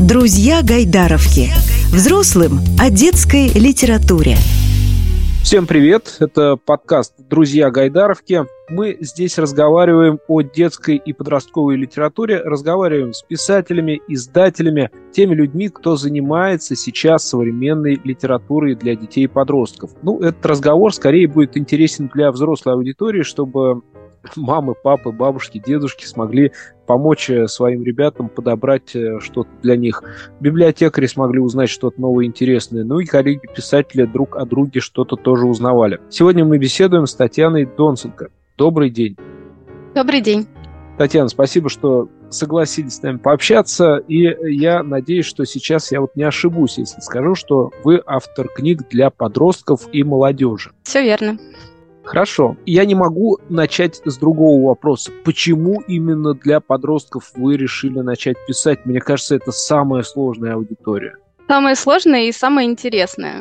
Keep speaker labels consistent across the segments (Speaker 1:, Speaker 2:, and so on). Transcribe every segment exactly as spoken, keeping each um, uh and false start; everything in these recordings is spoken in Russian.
Speaker 1: Друзья Гайдаровки. Взрослым о детской литературе.
Speaker 2: Всем привет! Это подкаст «Друзья Гайдаровки». Мы здесь разговариваем о детской и подростковой литературе, разговариваем с писателями, издателями, теми людьми, кто занимается сейчас современной литературой для детей и подростков. Ну, этот разговор скорее будет интересен для взрослой аудитории, чтобы мамы, папы, бабушки, дедушки смогли помочь своим ребятам подобрать что-то для них. Библиотекари смогли узнать что-то новое и интересное. Ну и коллеги-писатели друг о друге что-то тоже узнавали. Сегодня мы беседуем с Татьяной Донценко. Добрый день.
Speaker 3: Добрый день.
Speaker 2: Татьяна, спасибо, что согласились с нами пообщаться. И я надеюсь, что сейчас я вот не ошибусь, если скажу, что вы автор книг для подростков и молодежи.
Speaker 3: Все верно.
Speaker 2: Хорошо. Я не могу начать с другого вопроса. Почему именно для подростков вы решили начать писать? Мне кажется, это самая сложная аудитория.
Speaker 3: Самое сложное и самое интересное.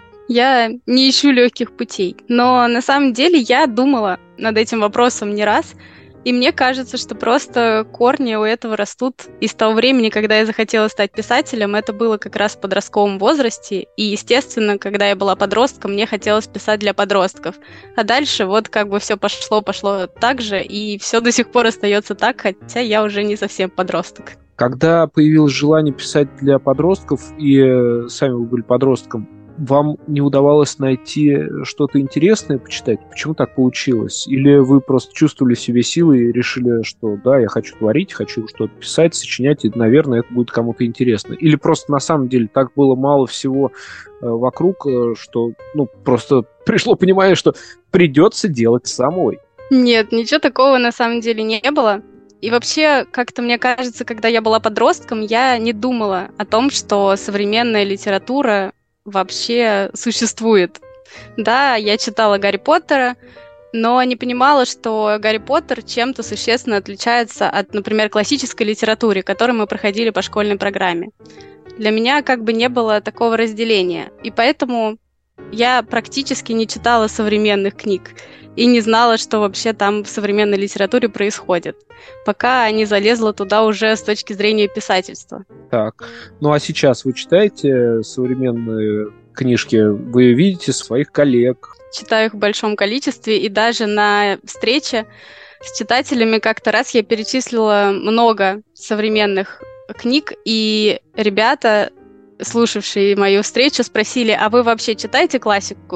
Speaker 3: Я не ищу легких путей. Но на самом деле я думала над этим вопросом не раз. И мне кажется, что просто корни у этого растут из того времени, когда я захотела стать писателем. Это было как раз в подростковом возрасте. И, естественно, когда я была подростком, мне хотелось писать для подростков. А дальше вот как бы все пошло-пошло так же, и все до сих пор остается так, хотя я уже не совсем подросток.
Speaker 2: Когда появилось желание писать для подростков, и сами вы были подростком, вам не удавалось найти что-то интересное почитать? Почему так получилось? Или вы просто чувствовали в себе силы и решили, что да, я хочу творить, хочу что-то писать, сочинять, и, наверное, это будет кому-то интересно? Или просто на самом деле так было мало всего э, вокруг, э, что ну, просто пришло понимание, что придется делать самой?
Speaker 3: Нет, ничего такого на самом деле не было. И вообще, как-то мне кажется, когда я была подростком, я не думала о том, что современная литература вообще существует. Да, я читала Гарри Поттера, но не понимала, что Гарри Поттер чем-то существенно отличается от, например, классической литературы, которую мы проходили по школьной программе. Для меня как бы не было такого разделения, и поэтому я практически не читала современных книг и не знала, что вообще там в современной литературе происходит, пока не залезла туда уже с точки зрения писательства.
Speaker 2: Так, ну а сейчас вы читаете современные книжки? Вы видите своих коллег?
Speaker 3: Читаю их в большом количестве, и даже на встрече с читателями как-то раз я перечислила много современных книг, и ребята, слушавшие мою встречу, спросили: а вы вообще читаете классику?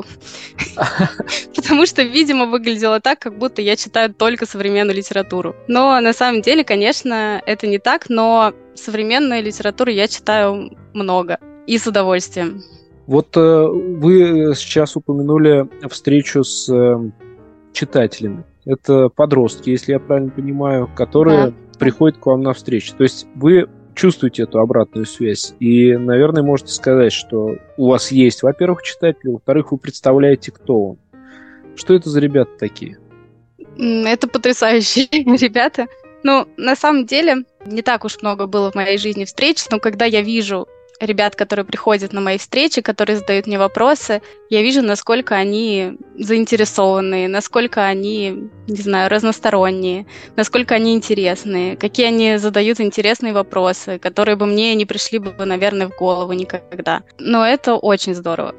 Speaker 3: Потому что, видимо, выглядело так, как будто я читаю только современную литературу. Но на самом деле, конечно, это не так, но современную литературу я читаю много и с удовольствием.
Speaker 2: Вот э, вы сейчас упомянули встречу с э, читателями. Это подростки, если я правильно понимаю, которые да. приходят к вам на встречу. То есть вы чувствуете эту обратную связь. И, наверное, можете сказать, что у вас есть, во-первых, читатели, во-вторых, вы представляете, кто он. Что это за ребята такие?
Speaker 3: Это потрясающие ребята. Ну, на самом деле, не так уж много было в моей жизни встреч, но когда я вижу ребят, которые приходят на мои встречи, которые задают мне вопросы, я вижу, насколько они заинтересованные, насколько они, не знаю, разносторонние, насколько они интересные, какие они задают интересные вопросы, которые бы мне не пришли бы, наверное, в голову никогда. Но это очень здорово.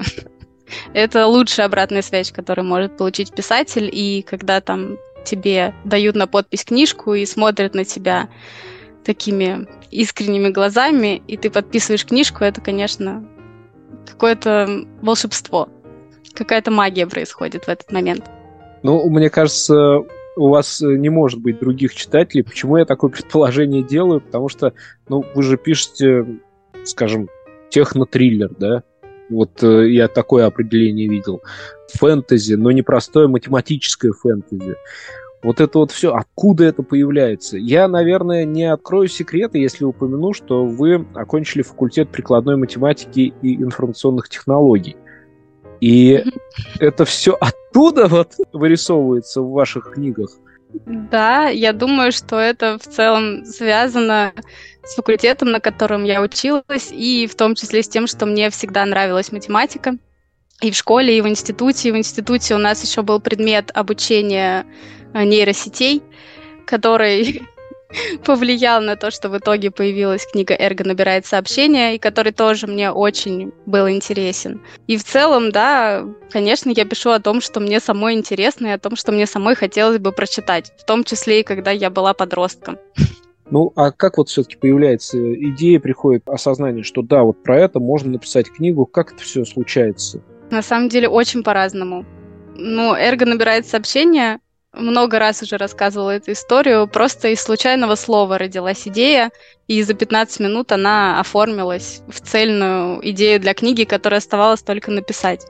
Speaker 3: Это лучшая обратная связь, которую может получить писатель, и когда там тебе дают на подпись книжку и смотрят на тебя такими искренними глазами, и ты подписываешь книжку, это, конечно, какое-то волшебство. Какая-то магия происходит в этот момент.
Speaker 2: Ну, мне кажется, у вас не может быть других читателей. Почему я такое предположение делаю? Потому что, ну, вы же пишете, скажем, техно-триллер, да? Вот э, я такое определение видел. Фэнтези, но не простое математическое фэнтези. Вот это вот все, откуда это появляется? Я, наверное, не открою секреты, если упомяну, что вы окончили факультет прикладной математики и информационных технологий. И mm-hmm. это все оттуда вот вырисовывается в ваших книгах?
Speaker 3: Да, я думаю, что это в целом связано с факультетом, на котором я училась, и в том числе с тем, что мне всегда нравилась математика. И в школе, и в институте. И в институте у нас еще был предмет обучения нейросетей, который повлиял на то, что в итоге появилась книга «Эрго набирает сообщения», и который тоже мне очень был интересен. И в целом, да, конечно, я пишу о том, что мне самой интересно, и о том, что мне самой хотелось бы прочитать, в том числе и когда я была подростком.
Speaker 2: Ну, а как вот все-таки появляется идея, приходит осознание, что да, вот про это можно написать книгу, как это все случается?
Speaker 3: На самом деле очень по-разному. Ну, «Эрго набирает сообщения», много раз уже рассказывала эту историю, просто из случайного слова родилась идея, и за пятнадцать минут она оформилась в цельную идею для книги, которую оставалось только написать.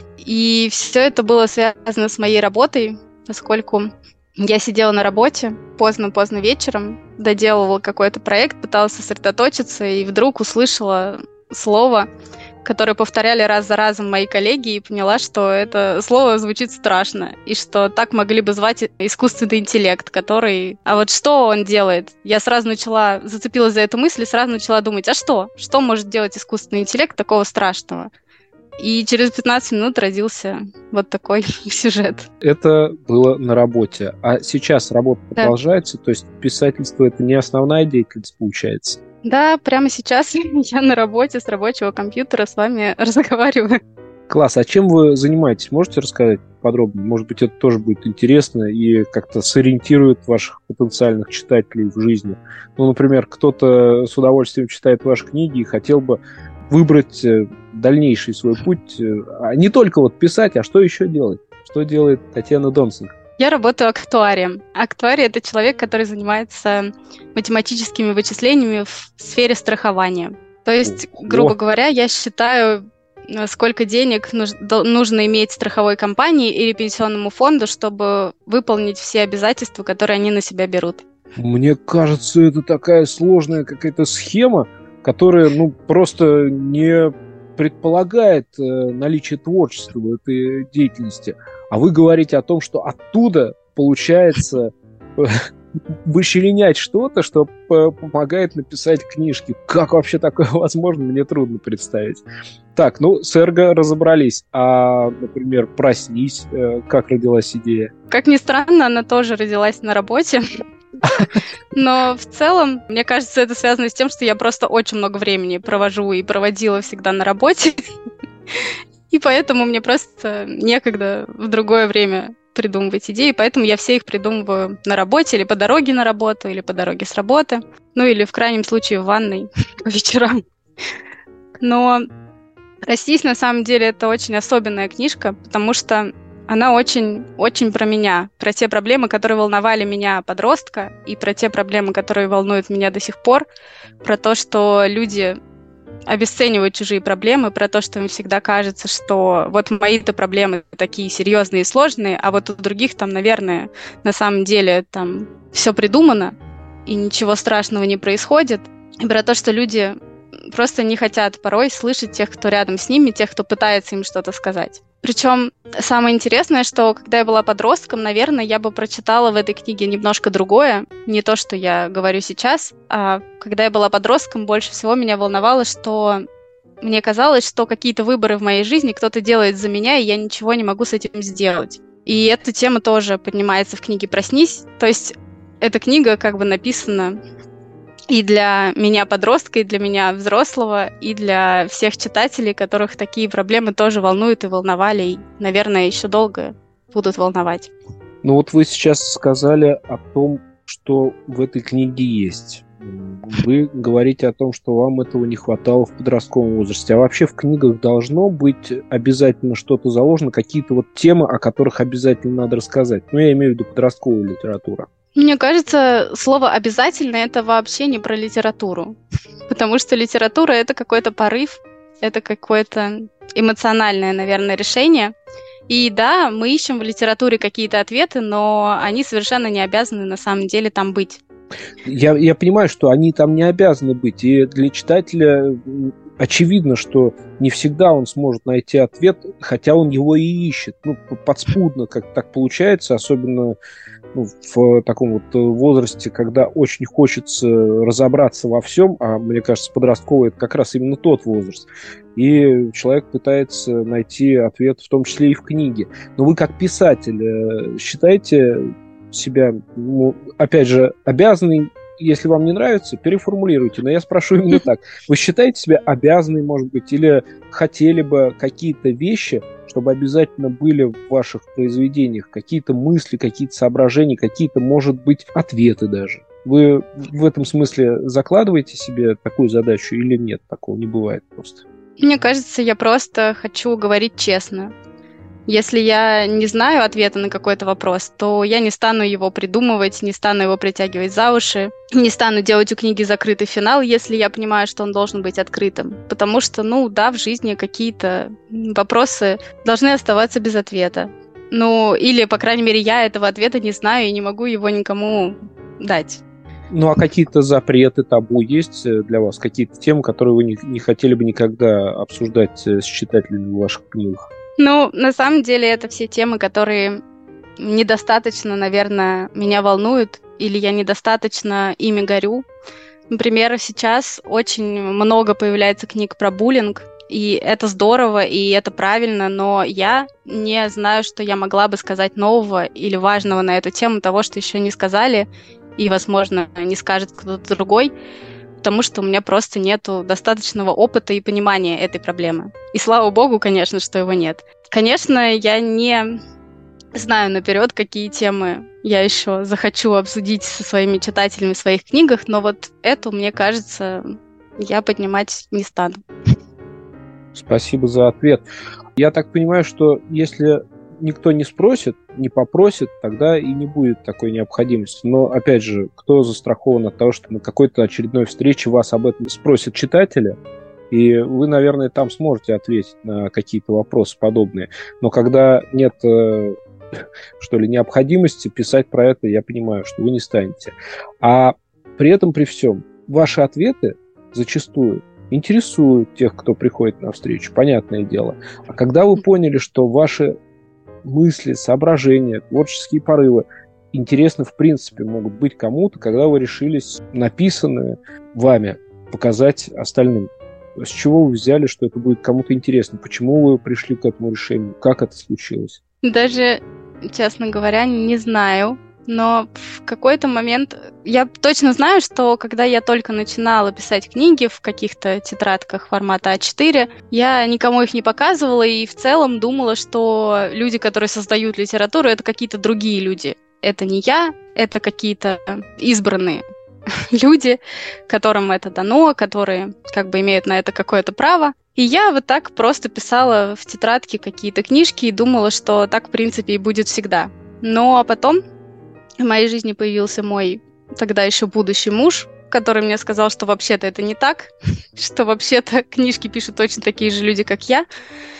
Speaker 3: И все это было связано с моей работой, поскольку я сидела на работе поздно-поздно вечером, доделывала какой-то проект, пыталась сосредоточиться, и вдруг услышала слово, которые повторяли раз за разом мои коллеги, и поняла, что это слово звучит страшно, и что так могли бы звать искусственный интеллект, который... А вот что он делает? Я сразу начала, зацепилась за эту мысль, и сразу начала думать, а что? Что может делать искусственный интеллект такого страшного? И через пятнадцать минут родился вот такой сюжет.
Speaker 2: Это было на работе. А сейчас работа
Speaker 3: Да.
Speaker 2: продолжается? То есть писательство — это не основная деятельность, получается?
Speaker 3: Да, прямо сейчас я на работе с рабочего компьютера с вами разговариваю.
Speaker 2: Класс. А чем вы занимаетесь? Можете рассказать подробнее? Может быть, это тоже будет интересно и как-то сориентирует ваших потенциальных читателей в жизни. Ну, например, кто-то с удовольствием читает ваши книги и хотел бы выбрать дальнейший свой путь. А не только вот писать, а что еще делать? Что делает Татьяна Донцинг?
Speaker 3: Я работаю актуарием. Актуарий — это человек, который занимается математическими вычислениями в сфере страхования. То есть, грубо говоря, я считаю, сколько денег нужно иметь страховой компании или пенсионному фонду, чтобы выполнить все обязательства, которые они на себя берут.
Speaker 2: Мне кажется, это такая сложная какая-то схема, которая, ну, просто не предполагает э, наличие творчества в этой деятельности. А вы говорите о том, что оттуда получается э, вычленять что-то, что помогает написать книжки. Как вообще такое возможно, мне трудно представить. Так, ну, с «Эрго» разобрались. А, например, «Проснись», э, как родилась идея?
Speaker 3: Как ни странно, она тоже родилась на работе. Но в целом, мне кажется, это связано с тем, что я просто очень много времени провожу и проводила всегда на работе. И поэтому мне просто некогда в другое время придумывать идеи, поэтому я все их придумываю на работе, или по дороге на работу, или по дороге с работы, ну или в крайнем случае в ванной по вечерам. Но «Проснись» на самом деле это очень особенная книжка, потому что она очень, очень про меня, про те проблемы, которые волновали меня подростка, и про те проблемы, которые волнуют меня до сих пор, про то, что люди обесценивают чужие проблемы, про то, что им всегда кажется, что вот мои-то проблемы такие серьезные и сложные, а вот у других там, наверное, на самом деле там все придумано, и ничего страшного не происходит, и про то, что люди просто не хотят порой слышать тех, кто рядом с ними, тех, кто пытается им что-то сказать. Причем самое интересное, что когда я была подростком, наверное, я бы прочитала в этой книге немножко другое, не то, что я говорю сейчас, а когда я была подростком, больше всего меня волновало, что мне казалось, что какие-то выборы в моей жизни кто-то делает за меня, и я ничего не могу с этим сделать. И эта тема тоже поднимается в книге «Проснись», то есть эта книга как бы написана и для меня подростка, и для меня взрослого, и для всех читателей, которых такие проблемы тоже волнуют и волновали, и, наверное, еще долго будут волновать.
Speaker 2: Ну вот вы сейчас сказали о том, что в этой книге есть. Вы говорите о том, что вам этого не хватало в подростковом возрасте. А вообще в книгах должно быть обязательно что-то заложено, какие-то вот темы, о которых обязательно надо рассказать. Ну, я имею в виду подростковую литературу.
Speaker 3: Мне кажется, слово «обязательно» — это вообще не про литературу, потому что литература — это какой-то порыв, это какое-то эмоциональное, наверное, решение. И да, мы ищем в литературе какие-то ответы, но они совершенно не обязаны на самом деле там быть.
Speaker 2: Я, я понимаю, что они там не обязаны быть, и для читателя очевидно, что не всегда он сможет найти ответ, хотя он его и ищет. Ну, подспудно как так получается, особенно ну, в таком вот возрасте, когда очень хочется разобраться во всем, а мне кажется, подростковый — это как раз именно тот возраст. И человек пытается найти ответ, в том числе и в книге. Но вы как писатель считаете себя, ну, опять же, обязанной если вам не нравится, переформулируйте. Но я спрошу именно так. Вы считаете себя обязанной, может быть, или хотели бы какие-то вещи, чтобы обязательно были в ваших произведениях, какие-то мысли, какие-то соображения, какие-то, может быть, ответы даже? Вы в этом смысле закладываете себе такую задачу или нет? Такого не бывает просто.
Speaker 3: Мне кажется, я просто хочу говорить честно. Если я не знаю ответа на какой-то вопрос, то я не стану его придумывать, не стану его притягивать за уши, не стану делать у книги закрытый финал, если я понимаю, что он должен быть открытым. Потому что, ну да, в жизни какие-то вопросы должны оставаться без ответа. Ну, или, по крайней мере, я этого ответа не знаю и не могу его никому дать.
Speaker 2: Ну, а какие-то запреты, табу есть для вас? Какие-то темы, которые вы не, не хотели бы никогда обсуждать с читателями в ваших книгах?
Speaker 3: Ну, на самом деле, это все темы, которые недостаточно, наверное, меня волнуют, или я недостаточно ими горю. Например, сейчас очень много появляется книг про буллинг, и это здорово, и это правильно, но я не знаю, что я могла бы сказать нового или важного на эту тему, того, что еще не сказали, и, возможно, не скажет кто-то другой, потому что у меня просто нету достаточного опыта и понимания этой проблемы. И слава богу, конечно, что его нет. Конечно, я не знаю наперед, какие темы я еще захочу обсудить со своими читателями в своих книгах, но вот эту, мне кажется, я поднимать не стану.
Speaker 2: Спасибо за ответ. Я так понимаю, что если никто не спросит, не попросит, тогда и не будет такой необходимости. Но, опять же, кто застрахован от того, что на какой-то очередной встрече вас об этом спросят читатели, и вы, наверное, там сможете ответить на какие-то вопросы подобные. Но когда нет, что ли, необходимости писать про это, я понимаю, что вы не станете. А при этом, при всем, ваши ответы зачастую интересуют тех, кто приходит на встречу, понятное дело. А когда вы поняли, что ваши мысли, соображения, творческие порывы интересны в принципе могут быть кому-то, когда вы решились написанное вами показать остальным? С чего вы взяли, что это будет кому-то интересно? Почему вы пришли к этому решению? Как это случилось?
Speaker 3: Даже, честно говоря, не знаю. Но в какой-то момент я точно знаю, что когда я только начинала писать книги в каких-то тетрадках формата а четыре, я никому их не показывала и в целом думала, что люди, которые создают литературу, это какие-то другие люди. Это не я, это какие-то избранные люди, которым это дано, которые как бы имеют на это какое-то право. И я вот так просто писала в тетрадке какие-то книжки и думала, что так, в принципе, и будет всегда. Но потом в моей жизни появился мой тогда еще будущий муж, который мне сказал, что вообще-то это не так, что вообще-то книжки пишут точно такие же люди, как я.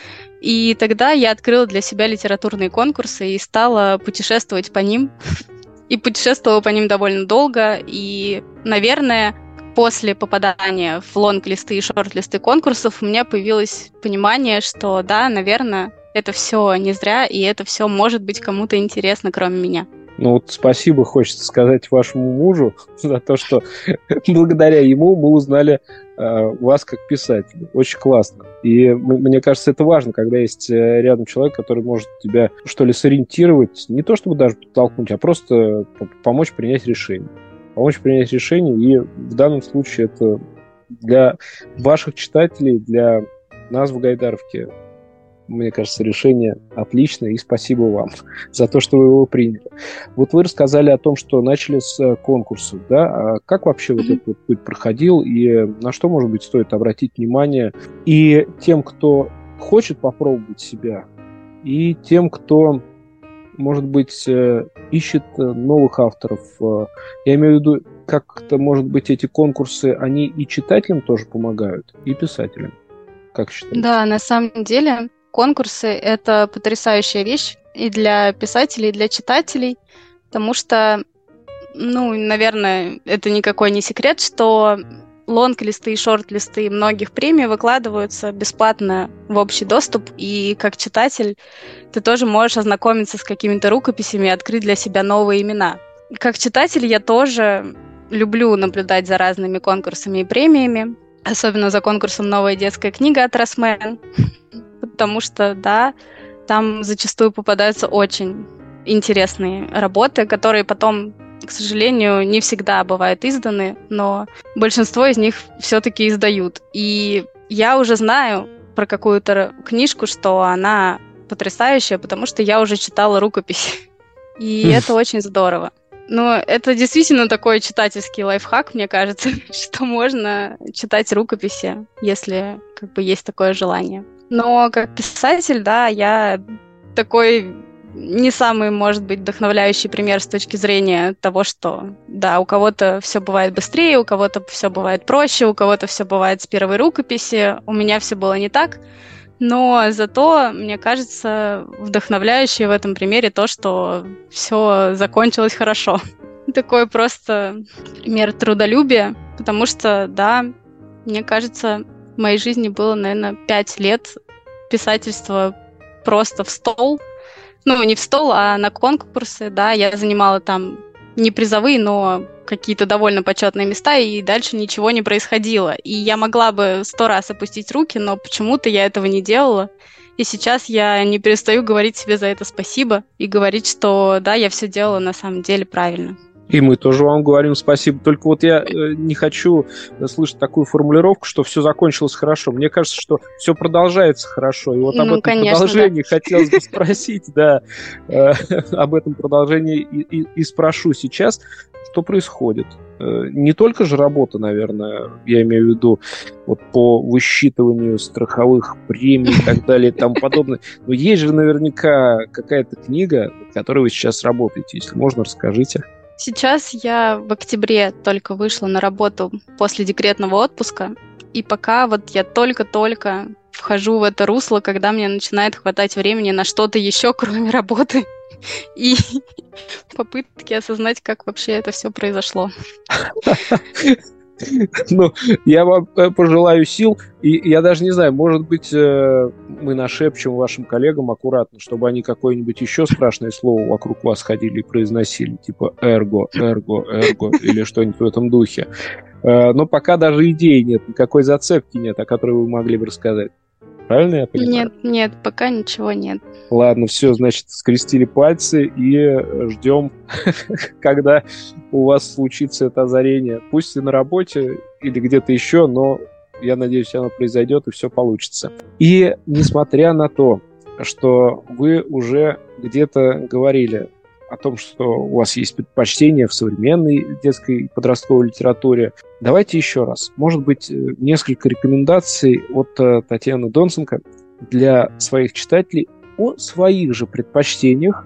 Speaker 3: И тогда я открыла для себя литературные конкурсы и стала путешествовать по ним. И путешествовала по ним довольно долго. И, наверное, после попадания в лонг-листы и шорт-листы конкурсов у меня появилось понимание, что да, наверное, это все не зря, и это все может быть кому-то интересно, кроме меня.
Speaker 2: Ну вот спасибо, хочется сказать вашему мужу за то, что благодаря ему мы узнали э, вас как писателя. Очень классно. И м- мне кажется, это важно, когда есть рядом человек, который может тебя, что ли, сориентировать, не то чтобы даже подтолкнуть, а просто помочь принять решение. Помочь принять решение, и в данном случае это для ваших читателей, для нас в Гайдаровке, мне кажется, решение отличное, и спасибо вам за то, что вы его приняли. Вот вы рассказали о том, что начали с конкурсов, да? А как вообще вот этот вот путь проходил, и на что, может быть, стоит обратить внимание и тем, кто хочет попробовать себя, и тем, кто, может быть, ищет новых авторов? Я имею в виду, как-то, может быть, эти конкурсы, они и читателям тоже помогают, и писателям. Как считаете?
Speaker 3: Да, на самом деле конкурсы — это потрясающая вещь и для писателей, и для читателей, потому что, ну, наверное, это никакой не секрет, что лонг-листы и шорт-листы многих премий выкладываются бесплатно в общий доступ, и как читатель ты тоже можешь ознакомиться с какими-то рукописями и открыть для себя новые имена. Как читатель я тоже люблю наблюдать за разными конкурсами и премиями, особенно за конкурсом «Новая детская книга» от Росмен, потому что, да, там зачастую попадаются очень интересные работы, которые потом к сожалению, не всегда бывают изданы, но большинство из них все-таки издают. И я уже знаю про какую-то книжку, что она потрясающая, потому что я уже читала рукопись. И это очень здорово. Но это действительно такой читательский лайфхак, мне кажется, что можно читать рукописи, если как бы есть такое желание. Но как писатель, да, я такой не самый, может быть, вдохновляющий пример с точки зрения того, что, да, у кого-то все бывает быстрее, у кого-то все бывает проще, у кого-то все бывает с первой рукописи. У меня все было не так. Но зато, мне кажется, вдохновляющее в этом примере то, что все закончилось хорошо. Такой просто пример трудолюбия, потому что, да, мне кажется, в моей жизни было, наверное, пять лет писательства просто в стол. Ну, не в стол, а на конкурсы, да, я занимала там не призовые, но какие-то довольно почетные места, и дальше ничего не происходило. И я могла бы сто раз опустить руки, но почему-то я этого не делала. И сейчас я не перестаю говорить себе за это спасибо и говорить, что да, я все делала на самом деле правильно.
Speaker 2: И мы тоже вам говорим спасибо. Только вот я э, не хочу слышать такую формулировку, что все закончилось хорошо. Мне кажется, что все продолжается хорошо. И вот об
Speaker 3: ну,
Speaker 2: этом
Speaker 3: конечно,
Speaker 2: продолжении
Speaker 3: да.
Speaker 2: хотелось бы спросить, да, э, об этом продолжении и, и, и спрошу сейчас, что происходит. Э, не только же работа, наверное, я имею в виду вот по высчитыванию страховых премий и так далее и тому подобное. Но есть же наверняка какая-то книга, над которой вы сейчас работаете. Если можно, расскажите.
Speaker 3: Сейчас я в октябре только вышла на работу после декретного отпуска, и пока вот я только-только вхожу в это русло, когда мне начинает хватать времени на что-то еще, кроме работы, и попытки осознать, как вообще это все произошло.
Speaker 2: Ну, я вам пожелаю сил, и я даже не знаю, может быть, мы нашепчем вашим коллегам аккуратно, чтобы они какое-нибудь еще страшное слово вокруг вас ходили и произносили, типа «эрго», «эрго», «эрго» или что-нибудь в этом духе. Но пока даже идеи нет, никакой зацепки нет, о которой вы могли бы рассказать. Правильно я понимаю?
Speaker 3: Нет, нет, пока ничего нет.
Speaker 2: Ладно, все, значит, скрестили пальцы и ждем, когда у вас случится это озарение. Пусть и на работе или где-то еще, но я надеюсь, оно произойдет и все получится. И несмотря на то, что вы уже где-то говорили о том, что у вас есть предпочтения в современной детской и подростковой литературе, давайте еще раз. Может быть, несколько рекомендаций от Татьяны Донценко для своих читателей о своих же предпочтениях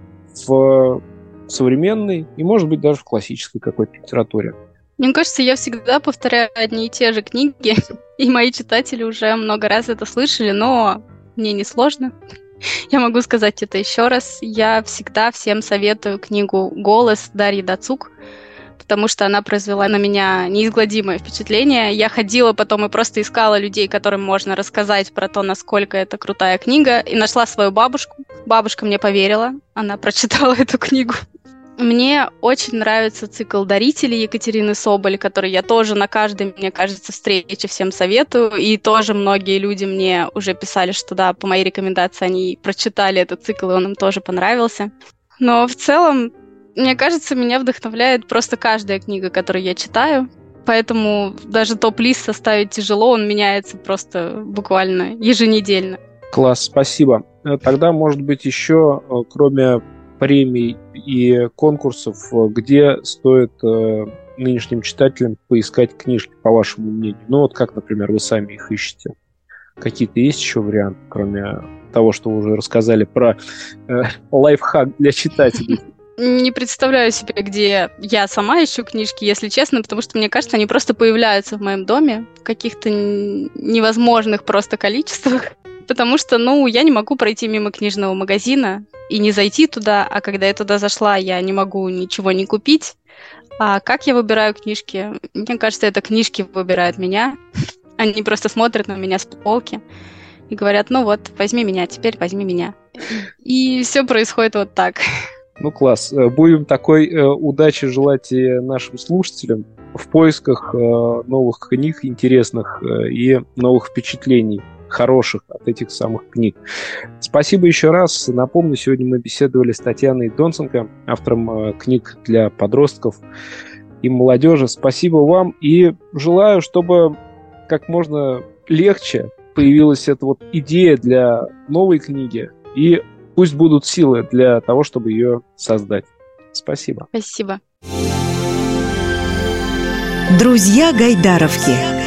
Speaker 2: в современной и, может быть, даже в классической какой-то литературе.
Speaker 3: Мне кажется, я всегда повторяю одни и те же книги, и мои читатели уже много раз это слышали, но мне не сложно. Я могу сказать это еще раз. Я всегда всем советую книгу «Голос» Дарьи Дацук, потому что она произвела на меня неизгладимое впечатление. Я ходила потом и просто искала людей, которым можно рассказать про то, насколько это крутая книга, и нашла свою бабушку. Бабушка мне поверила, она прочитала эту книгу. Мне очень нравится цикл «Дарители» Екатерины Соболь, который я тоже на каждой, мне кажется, встрече всем советую. И тоже многие люди мне уже писали, что да, по моей рекомендации они прочитали этот цикл, и он им тоже понравился. Но в целом, мне кажется, меня вдохновляет просто каждая книга, которую я читаю. Поэтому даже топ-лист составить тяжело, он меняется просто буквально еженедельно.
Speaker 2: Класс, спасибо. Тогда, может быть, еще, кроме премий и конкурсов, где стоит э, нынешним читателям поискать книжки, по вашему мнению? Ну вот как, например, вы сами их ищете? Какие-то есть еще варианты, кроме того, что вы уже рассказали про э, лайфхак для читателей?
Speaker 3: Не представляю себе, где я сама ищу книжки, если честно, потому что, мне кажется, они просто появляются в моем доме в каких-то невозможных просто количествах. Потому что, ну, я не могу пройти мимо книжного магазина и не зайти туда, а когда я туда зашла, я не могу ничего не купить. А как я выбираю книжки? Мне кажется, это книжки выбирают меня. Они просто смотрят на меня с полки и говорят, ну вот, возьми меня, теперь возьми меня. И все происходит вот так.
Speaker 2: Ну, класс. Будем такой э, удачи желать и нашим слушателям в поисках э, новых книг интересных э, и новых впечатлений. хороших от этих самых книг. Спасибо еще раз. Напомню, сегодня мы беседовали с Татьяной Донценко, автором книг для подростков и молодежи. Спасибо вам и желаю, чтобы как можно легче появилась эта вот идея для новой книги, и пусть будут силы для того, чтобы ее создать. Спасибо.
Speaker 3: Спасибо.
Speaker 1: Друзья Гайдаровки.